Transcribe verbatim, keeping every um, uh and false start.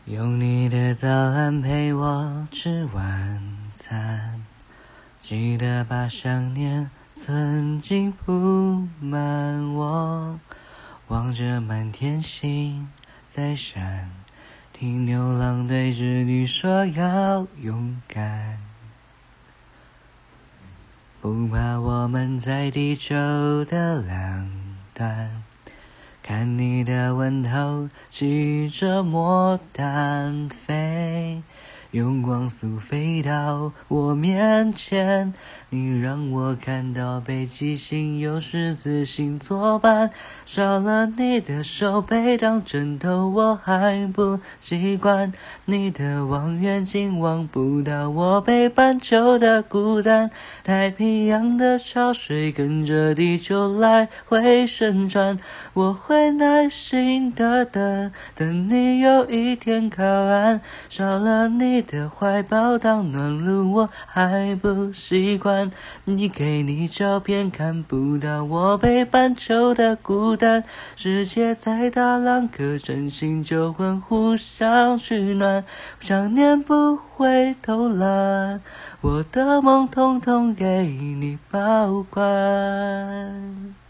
用你的早安陪我吃晚餐，记得把想念曾经铺满我，望着满天星在闪，听牛郎对织女说要勇敢，不怕我们在地球的两端，看你的温头骑着魔丹飞，用光速飞到我面前，你让我看到北极星有十字星作伴，少了你的手背当枕头我还不习惯，你的望远镜望不到我北半球的孤单，太平洋的潮水跟着地球来回旋转，我会耐心的等，等你有一天靠岸，少了你的怀抱当暖炉我还不习惯，你给你照片看不到我北半球的孤单，世界再大浪可真心就会互相取暖，想念不会偷懒，我的梦统统给你保管。